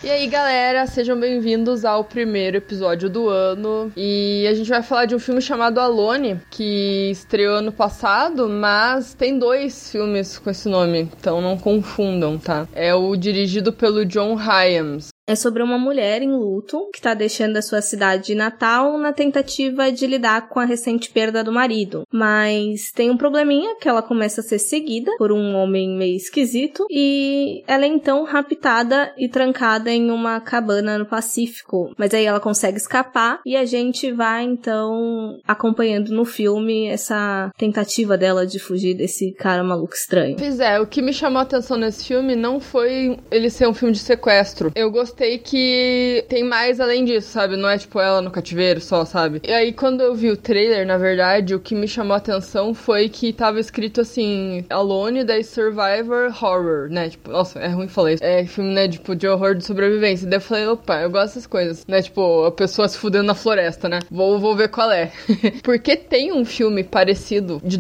E aí, galera, sejam bem-vindos ao primeiro episódio do ano. E a gente vai falar de um filme chamado Alone, que estreou ano passado, mas tem 2 filmes com esse nome, então não confundam, tá? É o dirigido pelo John Hyams. É sobre uma mulher em luto que tá deixando a sua cidade de Natal na tentativa de lidar com a recente perda do marido. Mas tem um probleminha que ela começa a ser seguida por um homem meio esquisito e ela é então raptada e trancada em uma cabana no Pacífico. Mas aí ela consegue escapar e a gente vai então acompanhando no filme essa tentativa dela de fugir desse cara maluco estranho. Pois é, o que me chamou a atenção nesse filme não foi ele ser um filme de sequestro. Eu gostei que tem mais além disso, sabe? Não é tipo ela no cativeiro só, sabe? E aí quando eu vi o trailer, na verdade, o que me chamou a atenção foi que tava escrito assim, Alone, da Survivor Horror, né? Tipo, nossa, é ruim falar isso. É filme, né, tipo, de horror de sobrevivência. Daí eu falei, opa, eu gosto dessas coisas, né? Tipo, a pessoa se fudendo na floresta, né? Vou ver qual é. Porque tem um filme parecido, de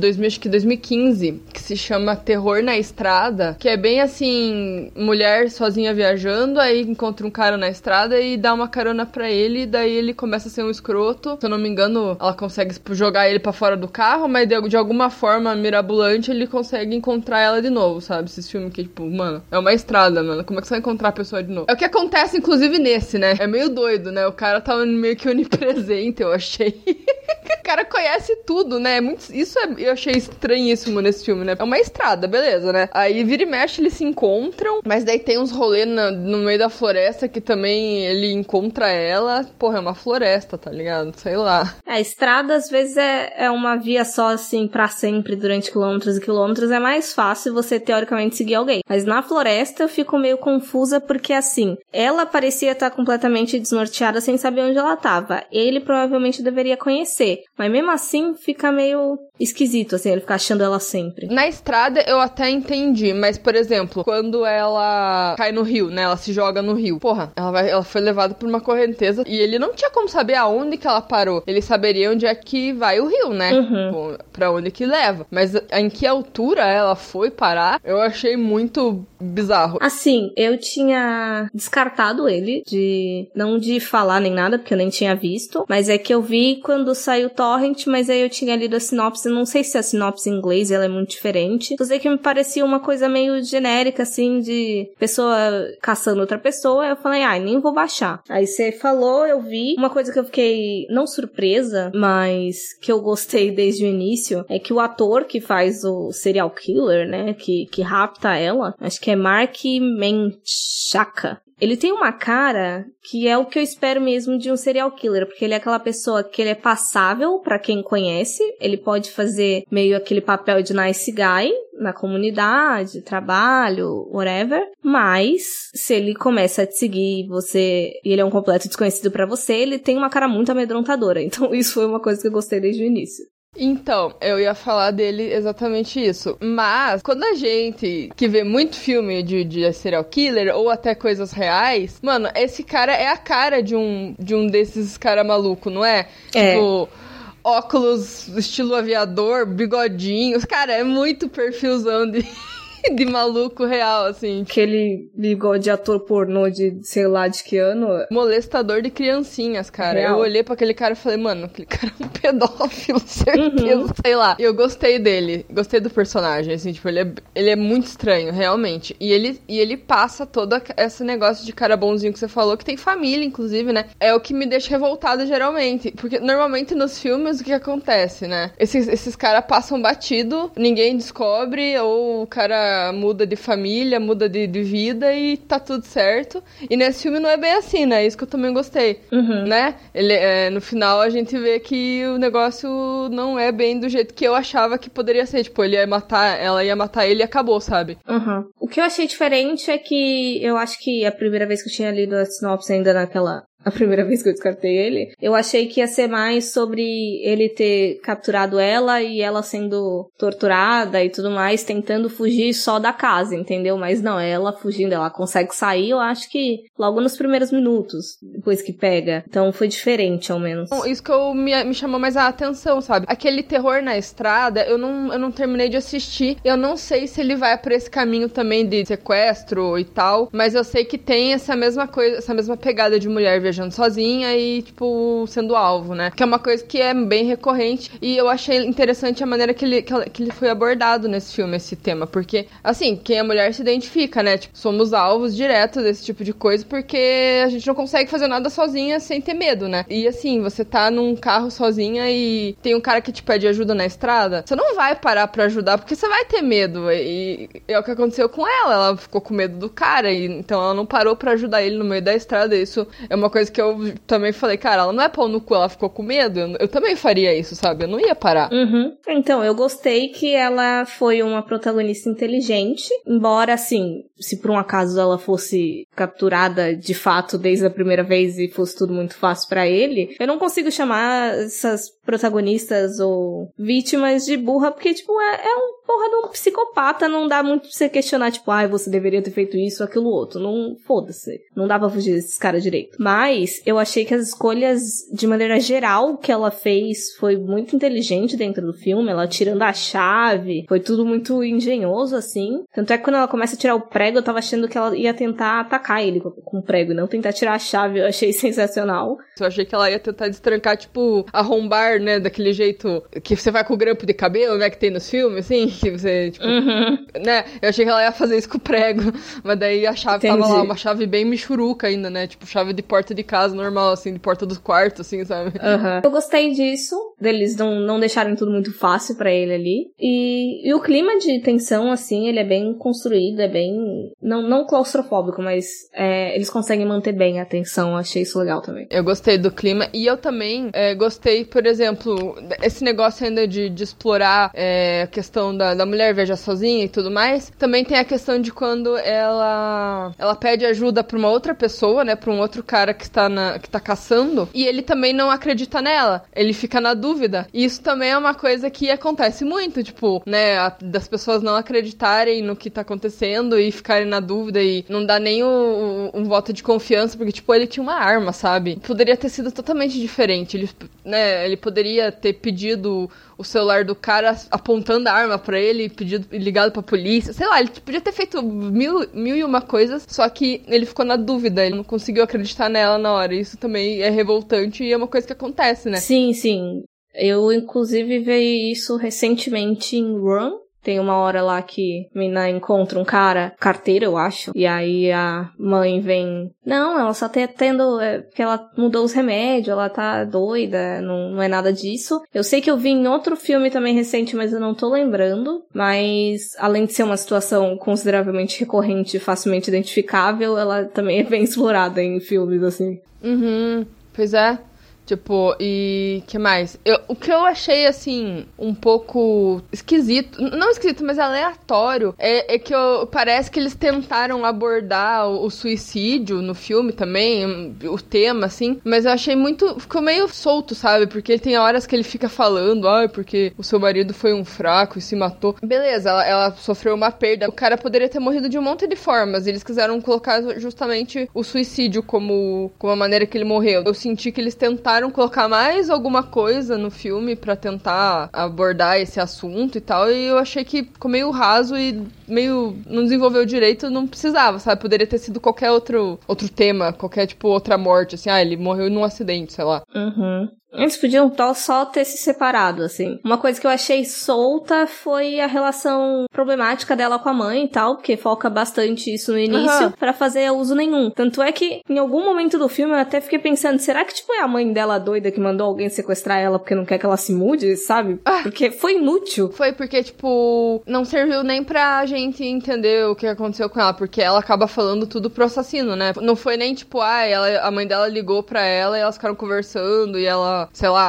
2015, que se chama Terror na Estrada, que é bem assim, mulher sozinha viajando, aí encontra um cara na estrada e dá uma carona pra ele, e daí ele começa a ser um escroto. Se eu não me engano, ela consegue jogar ele pra fora do carro, mas de alguma forma mirabolante ele consegue encontrar ela de novo, sabe? Esse filme que, tipo, mano, é uma estrada, mano. Como é que você vai encontrar a pessoa de novo? É o que acontece, inclusive, nesse, né? É meio doido, né? O cara tá meio que onipresente, eu achei. O cara conhece tudo, né? Eu achei estranhíssimo nesse filme, né? É uma estrada, beleza, né? Aí vira e mexe, eles se encontram, mas daí tem uns rolês no meio da floresta que também ele encontra ela. Porra, é uma floresta, tá ligado? Sei lá. A estrada, às vezes, é uma via só, assim, pra sempre, durante quilômetros e quilômetros. É mais fácil você, teoricamente, seguir alguém. Mas na floresta eu fico meio confusa porque, assim, ela parecia estar completamente desnorteada sem saber onde ela tava. Ele provavelmente deveria conhecer. Mas mesmo assim, fica meio esquisito, assim, ele fica achando ela sempre. Na estrada eu até entendi, mas, por exemplo, quando ela cai no rio, né? Ela se joga no rio. Porra, ela foi levada por uma correnteza e ele não tinha como saber aonde que ela parou. Ele saberia onde é que vai o rio, né? Uhum. Pra onde que leva. Mas em que altura ela foi parar, eu achei muito bizarro. Assim, eu tinha descartado ele, não de falar nem nada, porque eu nem tinha visto, mas é que eu vi quando saiu o torrent, mas aí eu tinha lido a sinopse, não sei se a sinopse em inglês ela é muito diferente. Eu sei que me parecia uma coisa meio genérica, assim, de pessoa caçando outra pessoa, eu falei, nem vou baixar. Aí você falou, eu vi. Uma coisa que eu fiquei, não surpresa, mas que eu gostei desde o início, é que o ator que faz o serial killer, né, que rapta ela, acho que é Mark Menchaca. Ele tem uma cara que é o que eu espero mesmo de um serial killer, porque ele é aquela pessoa que ele é passável pra quem conhece, ele pode fazer meio aquele papel de nice guy na comunidade, trabalho, whatever, mas se ele começa a te seguir você e ele é um completo desconhecido pra você, ele tem uma cara muito amedrontadora, então isso foi uma coisa que eu gostei desde o início. Então, eu ia falar dele exatamente isso. Mas, quando a gente que vê muito filme de serial killer, ou até coisas reais, mano, esse cara é a cara de um desses cara maluco, não é? Tipo, óculos estilo aviador, bigodinhos. Cara, é muito perfilzão de maluco real, assim. Aquele bigode de ator pornô de sei lá de que ano. Molestador de criancinhas, cara. Real. Eu olhei pra aquele cara e falei, mano, aquele cara é um pedófilo, certeza, sei lá. E eu gostei dele, gostei do personagem, assim, tipo, ele é muito estranho, realmente. E ele passa todo esse negócio de cara bonzinho que você falou, que tem família, inclusive, né? É o que me deixa revoltada, geralmente. Porque, normalmente, nos filmes, o que acontece, né? Esses caras passam batido, ninguém descobre, ou o cara muda de família, muda de vida e tá tudo certo. E nesse filme não é bem assim, né? Isso que eu também gostei, né? No final a gente vê que o negócio não é bem do jeito que eu achava que poderia ser. Tipo, ela ia matar ele e acabou, sabe? O que eu achei diferente é que eu acho que a primeira vez que eu tinha lido a sinopse ainda a primeira vez que eu descartei ele. Eu achei que ia ser mais sobre ele ter capturado ela e ela sendo torturada e tudo mais, tentando fugir só da casa, entendeu? Mas não, ela fugindo, ela consegue sair, eu acho que logo nos primeiros minutos, depois que pega. Então foi diferente, ao menos. Isso que me chamou mais a atenção, sabe? Aquele terror na estrada, eu não terminei de assistir. Eu não sei se ele vai por esse caminho também de sequestro e tal, mas eu sei que tem essa mesma coisa, essa mesma pegada de mulher viajando sozinha e, tipo, sendo alvo, né? Que é uma coisa que é bem recorrente e eu achei interessante a maneira que ele foi abordado nesse filme, esse tema, porque, assim, quem é mulher se identifica, né? Tipo, somos alvos diretos desse tipo de coisa porque a gente não consegue fazer nada sozinha sem ter medo, né? E, assim, você tá num carro sozinha e tem um cara que te pede ajuda na estrada, você não vai parar pra ajudar porque você vai ter medo e é o que aconteceu com ela ficou com medo do cara e então ela não parou pra ajudar ele no meio da estrada. Isso é uma coisa que eu também falei, cara, ela não é pau no cu, ela ficou com medo, eu também faria isso, sabe? Eu não ia parar. Então, eu gostei que ela foi uma protagonista inteligente, embora, assim, se por um acaso ela fosse capturada de fato desde a primeira vez e fosse tudo muito fácil pra ele, eu não consigo chamar essas protagonistas ou vítimas de burra, porque, tipo, é um porra de um psicopata, não dá muito pra você questionar, tipo, você deveria ter feito isso ou aquilo outro. Não, foda-se. Não dá pra fugir desses caras direito. Mas, eu achei que as escolhas, de maneira geral, que ela fez foi muito inteligente dentro do filme, ela tirando a chave, foi tudo muito engenhoso, assim. Tanto é que quando ela começa a tirar o prego, eu tava achando que ela ia tentar atacar ele com o prego, não tentar tirar a chave, eu achei sensacional. Eu achei que ela ia tentar destrancar, tipo, arrombar, né, daquele jeito que você vai com o grampo de cabelo, né, que tem nos filmes, assim, que você, tipo, né, eu achei que ela ia fazer isso com o prego, mas daí a chave tava lá, uma chave bem michuruca ainda, né, tipo, chave de porta de casa normal, assim, de porta do quarto, assim, sabe? Eu gostei disso, deles não deixarem tudo muito fácil pra ele ali, e o clima de tensão, assim, ele é bem construído, é bem, não claustrofóbico, mas eles conseguem manter bem a tensão, achei isso legal também. Eu gostei do clima, e eu também gostei, por exemplo, esse negócio ainda de explorar a questão da mulher viajar sozinha e tudo mais. Também tem a questão de quando ela pede ajuda pra uma outra pessoa, né, pra um outro cara que tá caçando, e ele também não acredita nela, ele fica na dúvida. E isso também é uma coisa que acontece muito, tipo, né, das pessoas não acreditarem no que tá acontecendo e ficarem na dúvida e não dar nem um voto de confiança, porque, tipo, ele tinha uma arma, sabe? Poderia ter sido totalmente diferente. Ele poderia ter pedido o celular do cara apontando a arma pra ele, ligado pra polícia, sei lá, ele podia ter feito mil e uma coisas, só que ele ficou na dúvida, ele não conseguiu acreditar nela na hora. Isso também é revoltante e é uma coisa que acontece, né? Sim, sim. Eu, inclusive, vi isso recentemente em Run. Tem uma hora lá que a menina encontra um cara, carteiro, eu acho, e aí a mãe vem, não, ela só tá tendo, porque ela mudou os remédios, ela tá doida, não é nada disso. Eu sei que eu vi em outro filme também recente, mas eu não tô lembrando, mas além de ser uma situação consideravelmente recorrente e facilmente identificável, ela também é bem explorada em filmes, assim. Pois é. Tipo, e que mais? O que eu achei, assim, um pouco esquisito, não esquisito, mas aleatório, é que parece que eles tentaram abordar o suicídio no filme também, o tema, assim, mas eu achei ficou meio solto, sabe? Porque tem horas que ele fica falando, porque o seu marido foi um fraco e se matou. Beleza, ela sofreu uma perda, o cara poderia ter morrido de um monte de formas, eles quiseram colocar justamente o suicídio como a maneira que ele morreu. Eu senti que eles tentaram colocar mais alguma coisa no filme pra tentar abordar esse assunto e tal, e eu achei que ficou meio raso e meio não desenvolveu direito, não precisava, sabe? Poderia ter sido qualquer outro tema, qualquer, tipo, outra morte, assim, ele morreu num acidente, sei lá. Eles podiam só ter se separado, assim. Uma coisa que eu achei solta foi a relação problemática dela com a mãe e tal, porque foca bastante isso no início, pra fazer uso nenhum. Tanto é que, em algum momento do filme, eu até fiquei pensando, será que, tipo, é a mãe dela doida que mandou alguém sequestrar ela porque não quer que ela se mude, sabe? Porque foi inútil. Foi porque, tipo, não serviu nem pra gente entender o que aconteceu com ela, porque ela acaba falando tudo pro assassino, né? Não foi nem, tipo, a mãe dela ligou pra ela e elas ficaram conversando e ela, sei lá,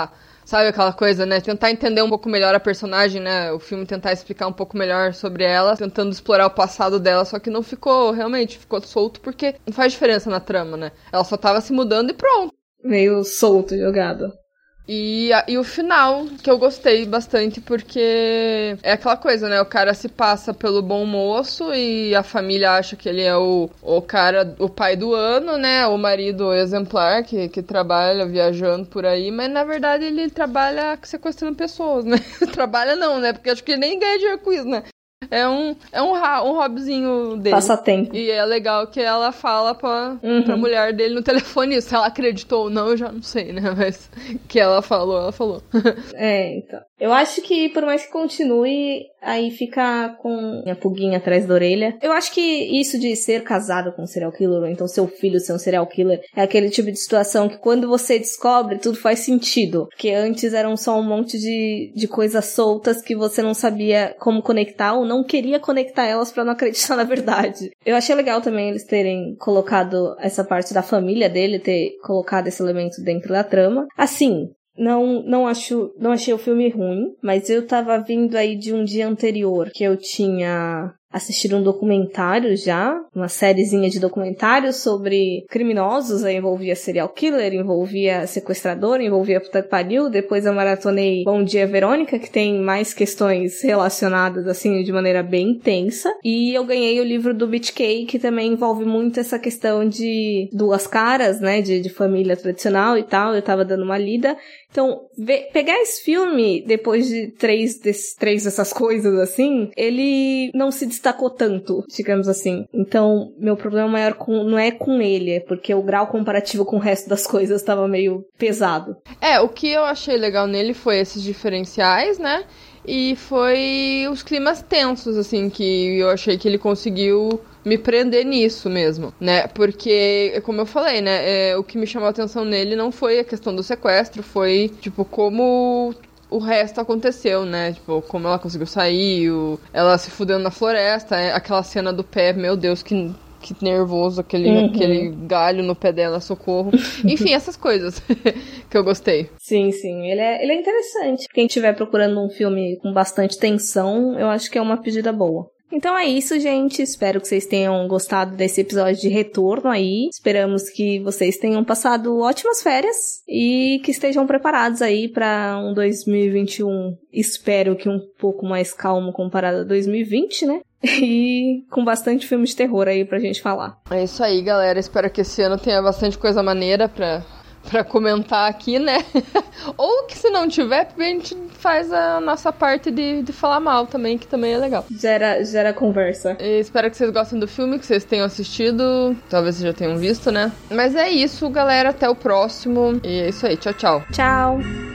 Sabe aquela coisa, né? Tentar entender um pouco melhor a personagem, né? O filme tentar explicar um pouco melhor sobre ela, tentando explorar o passado dela, só que não ficou, realmente, ficou solto porque não faz diferença na trama, né? Ela só tava se mudando e pronto. Meio solto, jogado. E o final, que eu gostei bastante, porque é aquela coisa, né? O cara se passa pelo bom moço e a família acha que ele é o cara, o pai do ano, né? O marido exemplar que trabalha viajando por aí, mas na verdade ele trabalha sequestrando pessoas, né? Trabalha não, né? Porque acho que ele nem ganha dinheiro com isso, né? É um hobbyzinho dele. Passatempo. E é legal que ela fala pra mulher dele no telefone. Se ela acreditou ou não, eu já não sei, né? Mas que ela falou. Então. Eu acho que por mais que continue, aí fica com a pulguinha atrás da orelha. Eu acho que isso de ser casado com um serial killer, ou então seu filho ser um serial killer, é aquele tipo de situação que quando você descobre, tudo faz sentido. Porque antes eram só um monte de coisas soltas que você não sabia como conectar ou não queria conectar elas pra não acreditar na verdade. Eu achei legal também eles terem colocado essa parte da família dele, ter colocado esse elemento dentro da trama. Assim, não achei o filme ruim, mas eu tava vindo aí de um dia anterior que eu tinha assistido um documentário já, uma sériezinha de documentários sobre criminosos, aí envolvia serial killer, envolvia sequestrador, envolvia puta que pariu. Depois eu maratonei Bom Dia Verônica, que tem mais questões relacionadas assim de maneira bem intensa, e eu ganhei o livro do BTK, que também envolve muito essa questão de duas caras, né, de família tradicional e tal. Eu tava dando uma lida. Então, pegar esse filme, depois de três dessas coisas, assim, ele não se destacou tanto, digamos assim. Então, meu problema maior não é com ele, é porque o grau comparativo com o resto das coisas estava meio pesado. O que eu achei legal nele foi esses diferenciais, né? E foi os climas tensos, assim, que eu achei que ele conseguiu me prender nisso mesmo, né? Porque, como eu falei, né? O que me chamou a atenção nele não foi a questão do sequestro, foi, tipo, como o resto aconteceu, né? Tipo, como ela conseguiu sair, ela se fudendo na floresta, aquela cena do pé, meu Deus, que nervoso, aquele galho no pé dela, socorro. Enfim, essas coisas que eu gostei. Sim, ele é interessante. Quem estiver procurando um filme com bastante tensão, eu acho que é uma pedida boa. Então é isso, gente. Espero que vocês tenham gostado desse episódio de retorno aí. Esperamos que vocês tenham passado ótimas férias e que estejam preparados aí para um 2021. Espero que um pouco mais calmo comparado a 2020, né? E com bastante filme de terror aí pra gente falar. É isso aí, galera. Espero que esse ano tenha bastante coisa maneira pra comentar aqui, né? Ou que se não tiver, a gente faz a nossa parte de falar mal também, que também é legal. Gera conversa. E espero que vocês gostem do filme, que vocês tenham assistido. Talvez vocês já tenham visto, né? Mas é isso, galera. Até o próximo. E é isso aí. Tchau, tchau. Tchau.